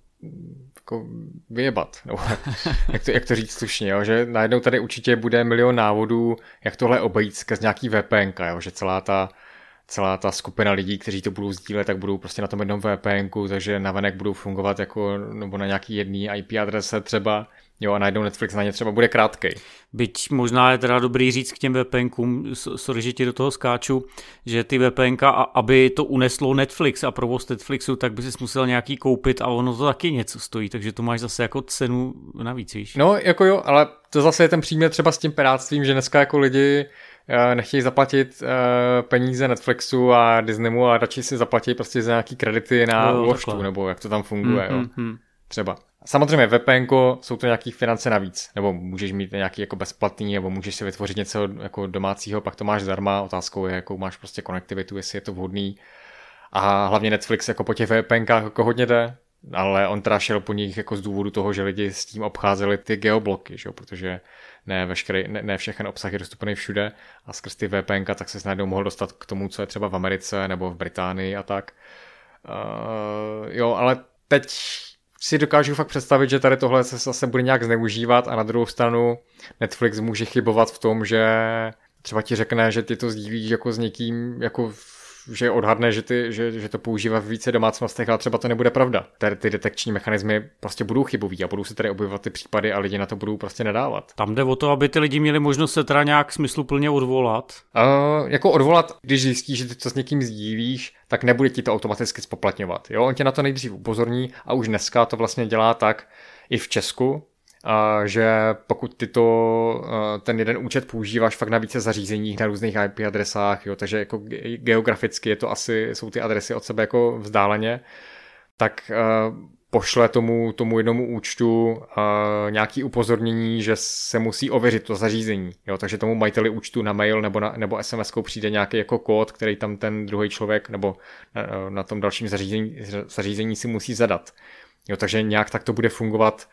Speaker 2: vyjebat. Nebo jak to říct slušně, jo? Že najednou tady určitě bude milion návodů, jak tohle obejít skrz nějaký VPN, jo? Že celá ta skupina lidí, kteří to budou sdílet, tak budou prostě na tom jednom VPN, takže navenek budou fungovat jako, nebo na nějaký jedný IP adrese třeba, jo, a najednou Netflix na ně třeba bude krátkej.
Speaker 1: Byť možná je teda dobrý říct k těm VPNkům, sorry, že ti do toho skáču, že ty VPNka, aby to uneslo Netflix a provoz Netflixu, tak by si musel nějaký koupit a ono to taky něco stojí, takže to máš zase jako cenu navíc, víš?
Speaker 2: No, jako jo, ale to zase je ten příměr třeba s tím pirátstvím, že dneska jako lidi nechtějí zaplatit peníze Netflixu a Disneymu a radši si zaplatí prostě za nějaký kredity na úložku, nebo jak to tam funguje, jo. Třeba. Samozřejmě VPNko jsou to nějaký finance navíc, nebo můžeš mít nějaký jako bezplatný, nebo můžeš si vytvořit něco jako domácího, pak to máš zdarma, otázkou je, jakou máš prostě konektivitu, jestli je to vhodný. A hlavně Netflix jako po těch VPNkách jako hodně jde, ale on teda šel po nich jako z důvodu toho, že lidi s tím obcházeli ty geobloky, že? Protože ne všechen obsah je dostupný všude a skrz ty VPNka tak se najednou mohl dostat k tomu, co je třeba v Americe nebo v Británii a tak. Jo, ale teď si dokážu fakt představit, že tady tohle se zase bude nějak zneužívat a na druhou stranu Netflix může chybovat v tom, že třeba ti řekne, že ty to sdílíš jako s někým, jako že odhadne, že to používá v více domácnostech, ale třeba to nebude pravda. Tady ty detekční mechanismy prostě budou chybový a budou se tady objevovat ty případy a lidi na to budou prostě nedávat.
Speaker 1: Tam jde o to, aby ty lidi měli možnost se teda nějak smysluplně odvolat.
Speaker 2: Jako odvolat, když zjistíš, že ty to s někým sdílíš, tak nebude ti to automaticky zpoplatňovat. Jo? On tě na to nejdřív upozorní a už dneska to vlastně dělá tak i v Česku, že pokud ty ten jeden účet používáš fakt na více zařízeních, na různých IP adresách, jo, takže jako geograficky je to asi, jsou ty adresy od sebe jako vzdáleně, tak pošle tomu jednomu účtu nějaký upozornění, že se musí ověřit to zařízení. Jo, takže tomu majiteli účtu na mail nebo SMS-kou přijde nějaký jako kód, který tam ten druhý člověk nebo na tom dalším zařízení si musí zadat. Jo, takže nějak tak to bude fungovat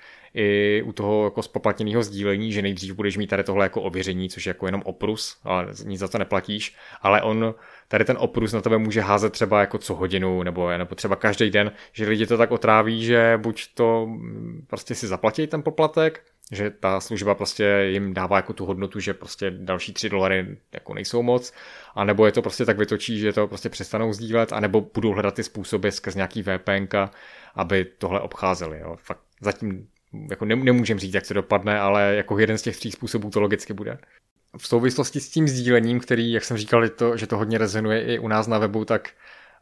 Speaker 2: i u toho jako spoplatněného sdílení, že nejdřív budeš mít tady tohle jako ověření, což je jako jenom oprus, ale nic za to neplatíš, ale on tady ten oprus na tebe může házet třeba jako co hodinu nebo třeba každý den, že lidi to tak otráví, že buď to prostě si zaplatí ten poplatek, že ta služba prostě jim dává jako tu hodnotu, že prostě další $3 jako nejsou moc, anebo je to prostě tak vytočí, že to prostě přestanou sdílet, anebo budou hledat ty způsoby skrz nějaký VPNka, aby tohle obcházeli. Jo. Fakt zatím jako nemůžem říct, jak to dopadne, ale jako jeden z těch 3 způsobů to logicky bude. V souvislosti s tím sdílením, který, jak jsem říkal, že to hodně rezonuje i u nás na webu, tak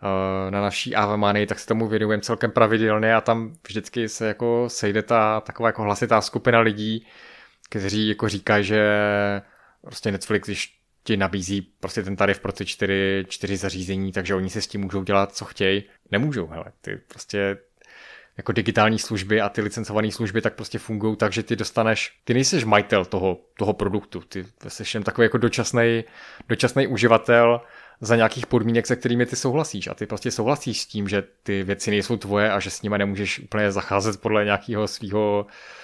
Speaker 2: na naší Avamanii, tak se tomu věnujeme celkem pravidelně a tam vždycky se jako sejde taková jako hlasitá skupina lidí, kteří jako říkají, že prostě Netflix, když ti nabízí prostě ten tarif pro ty 4 zařízení, takže oni si s tím můžou dělat, co chtějí. Nemůžou, hele, ty prostě jako digitální služby a ty licencované služby tak prostě fungují tak, že ty nejseš majitel toho produktu, ty jsi jen takový jako dočasný uživatel za nějakých podmínek, se kterými ty souhlasíš a ty prostě souhlasíš s tím, že ty věci nejsou tvoje a že s nimi nemůžeš úplně zacházet podle nějakého svého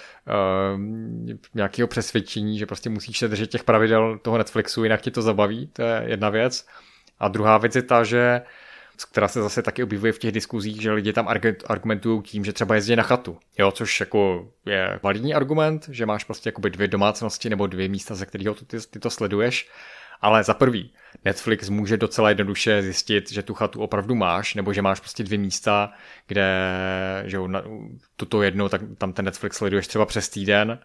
Speaker 2: nějakého přesvědčení, že prostě musíš se držet těch pravidel toho Netflixu, jinak tě to zabaví, to je jedna věc. A druhá věc je ta, že která se zase taky objevuje v těch diskuzích, že lidi tam argumentují tím, že třeba jezdí na chatu, jo, což jako je validní argument, že máš prostě jakoby 2 domácnosti nebo 2 místa, ze kterého ty to sleduješ, ale za prvý Netflix může docela jednoduše zjistit, že tu chatu opravdu máš, nebo že máš prostě 2 místa, kde že tuto jedno, tak tam ten Netflix sleduješ třeba přes týden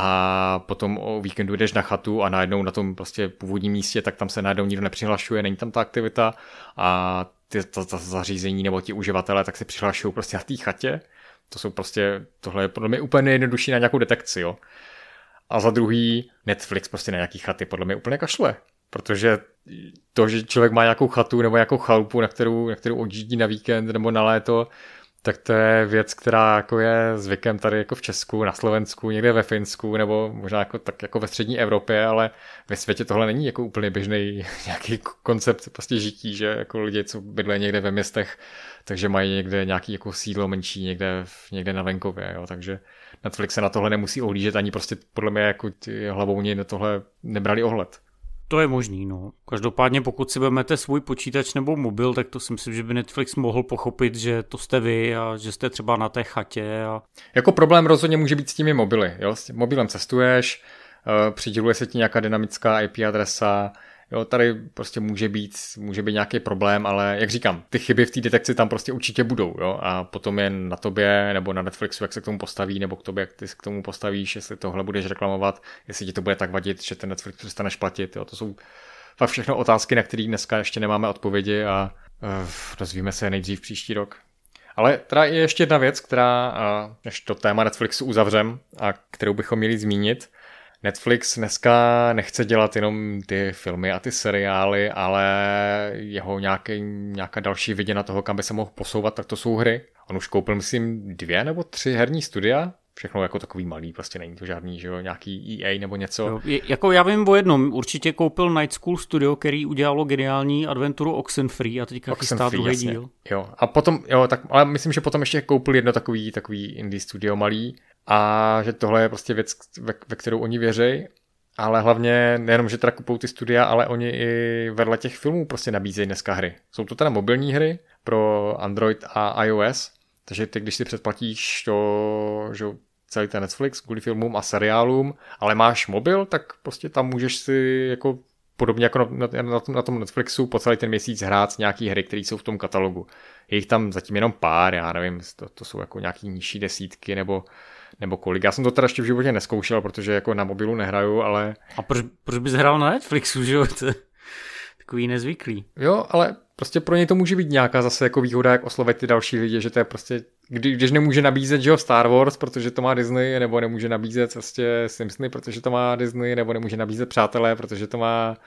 Speaker 2: a potom o víkendu jdeš na chatu a najednou na tom prostě původním místě, tak tam se najednou nikdo nepřihlašuje, není tam ta aktivita a ta zařízení nebo ti uživatelé tak se přihlašují prostě na té chatě. To jsou prostě, tohle je podle mě úplně nejjednodušší na nějakou detekci, jo. A za druhý Netflix prostě na nějaký chaty podle mě úplně kašle. Protože to, že člověk má nějakou chatu nebo nějakou chalupu, na kterou odjíždí na víkend nebo na léto, tak to je věc, která jako je zvykem tady jako v Česku, na Slovensku, někde ve Finsku nebo možná jako, tak jako ve střední Evropě, ale ve světě tohle není jako úplně běžný nějaký koncept prostě žití, že jako lidi, co bydlejí někde ve městech, takže mají někde nějaký jako sídlo menší někde na venkově, jo, takže Netflix se na tohle nemusí ohlížet, ani prostě podle mě jako hlavou na tohle nebrali ohled.
Speaker 1: To je možný, no. Každopádně pokud si vezmete svůj počítač nebo mobil, tak to si myslím, že by Netflix mohl pochopit, že to jste vy a že jste třeba na té chatě.
Speaker 2: Jako problém rozhodně může být s těmi mobily. Jo? S mobilem cestuješ, přiděluje se ti nějaká dynamická IP adresa, jo, tady prostě může být nějaký problém, ale jak říkám, ty chyby v té detekci tam prostě určitě budou, jo, a potom je na tobě nebo na Netflixu, jak se k tomu postaví, nebo k tobě, jak ty se k tomu postavíš, jestli tohle budeš reklamovat, jestli ti to bude tak vadit, že ten Netflix přestaneš platit, jo, to jsou fakt všechno otázky, na které dneska ještě nemáme odpovědi a dozvíme se nejdřív příští rok. Ale teda je ještě jedna věc, která, než to téma Netflixu uzavřem a kterou bychom měli zmínit. Netflix dneska nechce dělat jenom ty filmy a ty seriály, ale jeho nějaká další viděna toho, kam by se mohl posouvat, tak to jsou hry. On už koupil, myslím, 2 nebo 3 herní studia, všechno jako takový malý, prostě není to žádný, že jo, nějaký EA nebo něco.
Speaker 1: Jo, jako já vím o jednom, určitě koupil Night School Studio, který udělalo geniální adventuru Oxenfree a teďka chystá druhý díl.
Speaker 2: Jo, a potom, jo, tak, ale myslím, že potom ještě koupil jedno takový indie studio malý a že tohle je prostě věc, ve kterou oni věří, ale hlavně nejenom, že teda kupují ty studia, ale oni i vedle těch filmů prostě nabízejí dneska hry. Jsou to teda mobilní hry pro Android a iOS, takže ty, když si předplatíš to, že celý ten Netflix kvůli filmům a seriálům, ale máš mobil, tak prostě tam můžeš si jako podobně jako na tom Netflixu po celý ten měsíc hrát nějaký hry, které jsou v tom katalogu. Je jich tam zatím jenom pár, já nevím, to jsou jako nějaký nižší desítky nebo kolik. Já jsem to teda ještě v životě neskoušel, protože jako na mobilu nehraju, ale...
Speaker 1: A proč bys hrál na Netflixu, že jo? To je takový nezvyklý.
Speaker 2: Jo, ale prostě pro ně to může být nějaká zase jako výhoda, jak oslovit ty další lidi, že to je prostě, když nemůže nabízet, že jo, Star Wars, protože to má Disney, nebo nemůže nabízet prostě Simpsony, protože to má Disney, nebo nemůže nabízet Přátelé, protože to má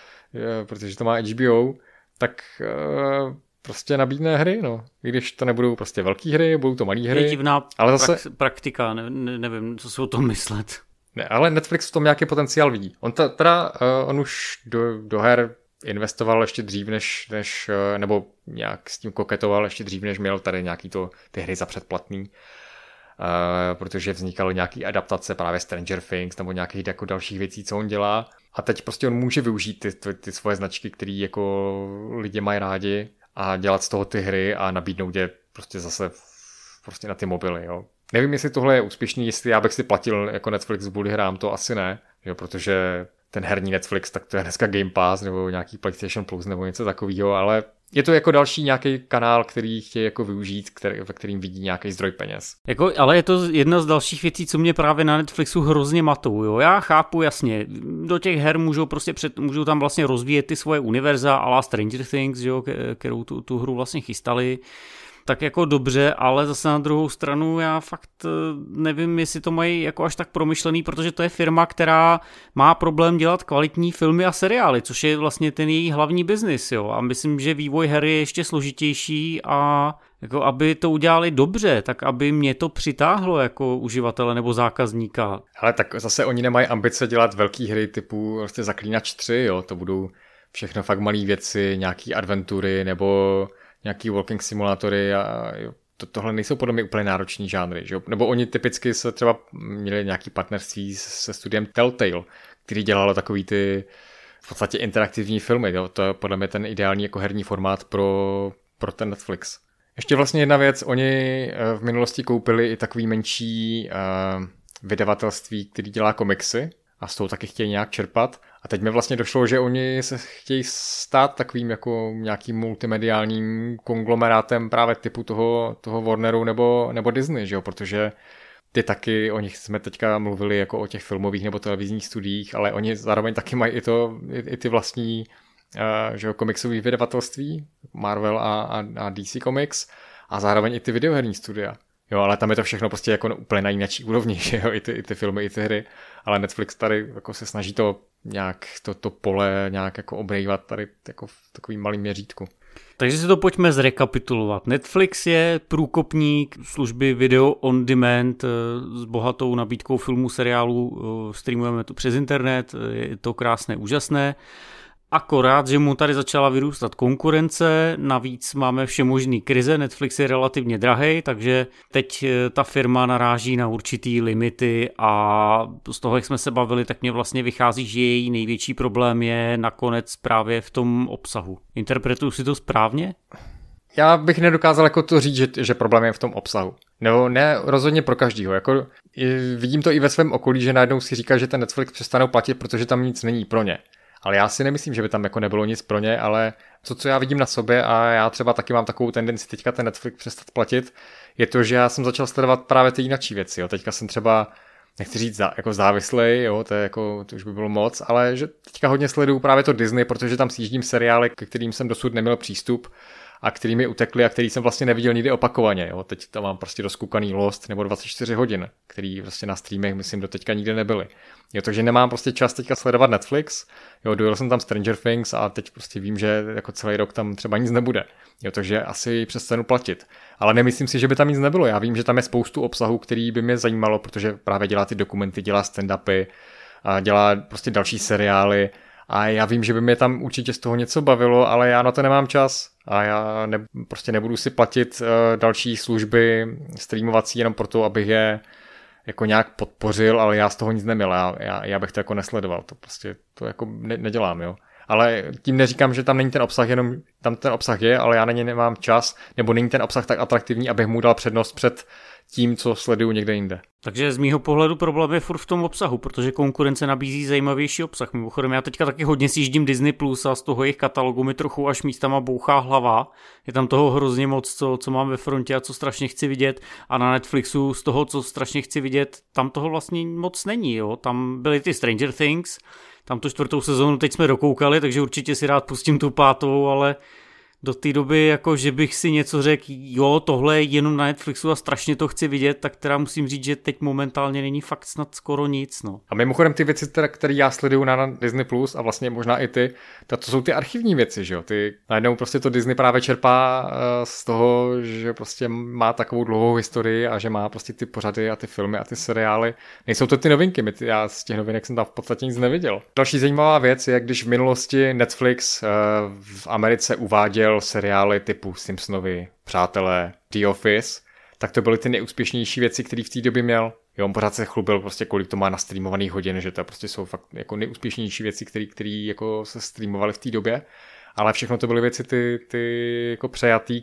Speaker 2: HBO, tak prostě nabídne hry, no. I když to nebudou prostě velké hry, budou to malé hry.
Speaker 1: Je divná
Speaker 2: ale zase...
Speaker 1: praktika, nevím, co si o tom myslet.
Speaker 2: Ne, ale Netflix v tom nějaký potenciál vidí. On už do her investoval ještě dřív, než nebo nějak s tím koketoval ještě dřív, než měl tady nějaký ty hry za předplatný, protože vznikaly nějaký adaptace právě Stranger Things nebo nějakých jako dalších věcí, co on dělá. A teď prostě on může využít ty svoje značky, které jako lidi mají rádi a dělat z toho ty hry a nabídnout je prostě zase prostě na ty mobily, jo. Nevím, jestli tohle je úspěšný, jestli já bych si platil jako Netflix kvůli hrám, to asi ne, jo, protože ten herní Netflix, tak to je dneska Game Pass nebo nějaký PlayStation Plus nebo něco takového, ale je to jako další nějaký kanál, který chtějí jako využít, ve kterým vidí nějaký zdroj peněz.
Speaker 1: Ale je to jedna z dalších věcí, co mě právě na Netflixu hrozně matou. Jo? Já chápu, jasně, do těch her můžou tam vlastně rozvíjet ty svoje univerza a la Stranger Things, jo? Kterou tu hru vlastně chystali. tak jako dobře, ale zase na druhou stranu já fakt nevím, jestli to mají jako až tak promyšlený, protože to je firma, která má problém dělat kvalitní filmy a seriály, což je vlastně ten její hlavní biznis, jo. A myslím, že vývoj hry je ještě složitější a jako aby to udělali dobře, tak aby mě to přitáhlo jako uživatele nebo zákazníka.
Speaker 2: Ale tak zase oni nemají ambice dělat velké hry typu vlastně Zaklínač 3, jo, to budou všechno fakt malé věci, nějaký adventury nebo nějaký walking simulátory a jo, tohle nejsou podle mě úplně nároční žánry, že jo? Nebo oni typicky se třeba měli nějaký partnerství se studiem Telltale, který dělalo takový ty v podstatě interaktivní filmy, jo? To je podle mě ten ideální jako herní formát pro ten Netflix. Ještě vlastně jedna věc, oni v minulosti koupili i takový menší vydavatelství, který dělá komiksy a z toho taky chtějí nějak čerpat. A teď mi vlastně došlo, že oni se chtějí stát takovým jako nějakým multimediálním konglomerátem právě typu toho Warneru nebo Disney, že jo? Protože ty taky, o nich jsme teďka mluvili jako o těch filmových nebo televizních studiích, ale oni zároveň taky mají i ty vlastní že jo, komiksový vydavatelství, Marvel a DC Comics a zároveň i ty videoherní studia. Jo, ale tam je to všechno prostě jako úplně na jináčí úrovni, že jo, i ty filmy, i ty hry, ale Netflix tady jako se snaží to nějak, to pole nějak jako obrejvat tady jako v takovým malým měřítku.
Speaker 1: Takže si to pojďme zrekapitulovat. Netflix je průkopník služby video on demand s bohatou nabídkou filmů, seriálů, streamujeme to přes internet, je to krásné, úžasné. Akorát, že mu tady začala vyrůstat konkurence, navíc máme všemožný krize, Netflix je relativně drahej, takže teď ta firma naráží na určitý limity a z toho, jak jsme se bavili, tak mě vlastně vychází, že její největší problém je nakonec právě v tom obsahu. Interpretuju si to správně?
Speaker 2: Já bych nedokázal jako to říct, že problém je v tom obsahu. Nebo ne rozhodně pro každýho. Jako, vidím to i ve svém okolí, že najednou si říká, že ten Netflix přestanou platit, protože tam nic není pro ně. Ale já si nemyslím, že by tam jako nebylo nic pro ně, ale to, co já vidím na sobě a já třeba taky mám takovou tendenci teďka ten Netflix přestat platit, je to, že já jsem začal sledovat právě ty jináčí věci. Jo. Teďka jsem třeba, nechci říct jako závislej, jo, to už by bylo moc, ale že teďka hodně sleduju právě to Disney, protože tam sjíždím seriály, ke kterým jsem dosud neměl přístup a který mi utekli a který jsem vlastně neviděl nikdy opakovaně. Jo. Teď tam mám prostě rozkoukaný Lost nebo 24 hodin, který prostě na streamech myslím do teďka nikdy nebyly. Jo, takže nemám prostě čas teďka sledovat Netflix. Jo, dojel jsem tam Stranger Things a teď prostě vím, že jako celý rok tam třeba nic nebude. Jo, takže asi přestanu platit. Ale nemyslím si, že by tam nic nebylo. Já vím, že tam je spoustu obsahu, který by mě zajímalo, protože právě dělá ty dokumenty, dělá stand-upy, a dělá prostě další seriály. A já vím, že by mě tam určitě z toho něco bavilo, ale já na to nemám čas. A já prostě nebudu si platit další služby streamovací jenom proto, abych je jako nějak podpořil, ale já z toho nic neměl, já bych to jako nesledoval, to prostě to jako nedělám, jo. Ale tím neříkám, že tam není ten obsah, jenom tam ten obsah je, ale já na něj nemám čas, nebo není ten obsah tak atraktivní, abych mu dal přednost před tím, co sleduju někde jinde.
Speaker 1: Takže z mýho pohledu problém je furt v tom obsahu, protože konkurence nabízí zajímavější obsah. Mimochodem já teďka taky hodně sjíždím Disney Plus a z toho jejich katalogu mi trochu až místama bouchá hlava. Je tam toho hrozně moc, co mám ve frontě a co strašně chci vidět. A na Netflixu z toho, co strašně chci vidět, tam toho vlastně moc není. Jo? Tam byly ty Stranger Things, tam tu 4. sezónu teď jsme dokoukali, takže určitě si rád pustím tu 5., ale do té doby, jako že bych si něco řekl, jo, tohle je jenom na Netflixu a strašně to chci vidět, tak teda musím říct, že teď momentálně není fakt snad skoro nic, no.
Speaker 2: A mimochodem ty věci, které já sleduju na Disney Plus a vlastně možná i ty, to jsou ty archivní věci, že jo, ty najednou prostě to Disney právě čerpá z toho, že prostě má takovou dlouhou historii a že má prostě ty pořady a ty filmy a ty seriály. Nejsou to ty novinky, já z těch novinek jsem tam v podstatě nic neviděl. Další zajímavá věc je, když v minulosti Netflix v Americe uváděl seriály typu Simpsonovi, Přátelé, The Office, tak to byly ty nejúspěšnější věci, které v té době měl. Jo, on pořád se chlubil prostě, kolik to má nastreamovaných hodin, že to prostě jsou fakt jako nejúspěšnější věci, které jako se streamovaly v té době. Ale všechno to byly věci ty jako přejatý,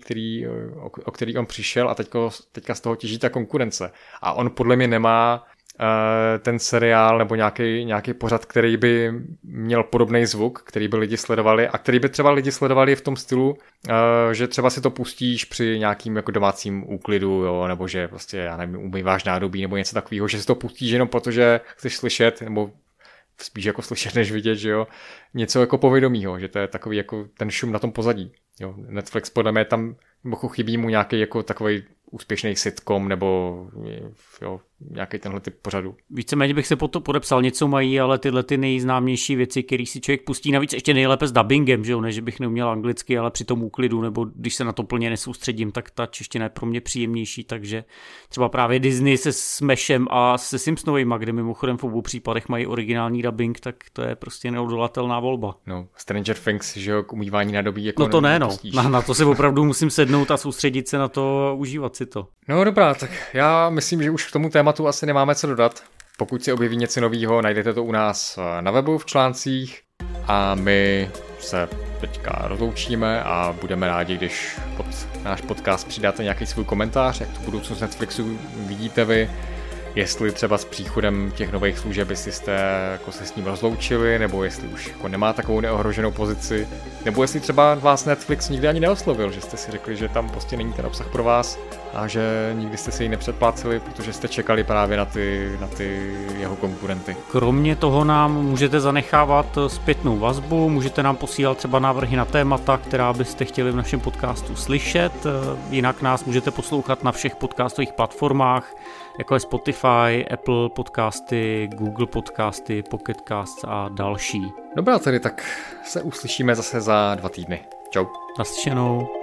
Speaker 2: o který on přišel a teďka z toho těží ta konkurence. A on podle mě nemá ten seriál nebo nějaký pořad, který by měl podobný zvuk, který by lidi sledovali a který by třeba lidi sledovali v tom stylu, že třeba si to pustíš při nějakým jako domácím úklidu, jo, nebo že prostě, já nevím, umýváš nádobí nebo něco takového, že si to pustíš jenom protože chceš slyšet, nebo spíš jako slyšet než vidět, že jo, něco jako povědomího, že to je takový jako ten šum na tom pozadí. Jo, Netflix podle mě tam chybí mu nějaký jako takový úspěšný sitcom nebo jo, nějaký tenhle typ pořadu.
Speaker 1: Víceméně bych se po to podepsal, něco mají, ale tyhle ty nejznámější věci, které si člověk pustí, navíc ještě nejlépe s dubbingem, že jo, ne, že bych neuměl anglicky, ale při tom úklidu, nebo když se na to plně nesoustředím, tak ta čeština je pro mě příjemnější, takže třeba právě Disney se Smashem a se Simpsonovejma, kde mimochodem v obou případech mají originální dubbing, tak to je prostě neodolatelná volba.
Speaker 2: No, Stranger Things, že jo, k umývání nádobí jako
Speaker 1: no to ne, no. Na to se opravdu musím sednout a soustředit se na to a užívat si to.
Speaker 2: No dobrá, tak já myslím, že už k tomu tématu asi nemáme co dodat. Pokud se objeví něco nového, najdete to u nás na webu v článcích a my se teďka rozloučíme a budeme rádi, když pod náš podcast přidáte nějaký svůj komentář, jak tu budoucnost Netflixu vidíte vy, jestli třeba s příchodem těch nových služeb, jestli jste jako se s ním rozloučili, nebo jestli už jako nemá takovou neohroženou pozici, nebo jestli třeba vás Netflix nikdy ani neoslovil, že jste si řekli, že tam prostě není ten obsah pro vás a že nikdy jste si ji nepředpláceli, protože jste čekali právě na ty jeho konkurenty.
Speaker 1: Kromě toho nám můžete zanechávat zpětnou vazbu, můžete nám posílat třeba návrhy na témata, která byste chtěli v našem podcastu slyšet, jinak nás můžete poslouchat na všech podcastových platformách, jako je Spotify, Apple podcasty, Google podcasty, Pocket Casts a další.
Speaker 2: Dobrá tedy, tak se uslyšíme zase za 2 týdny. Čau.
Speaker 1: Naslyšenou.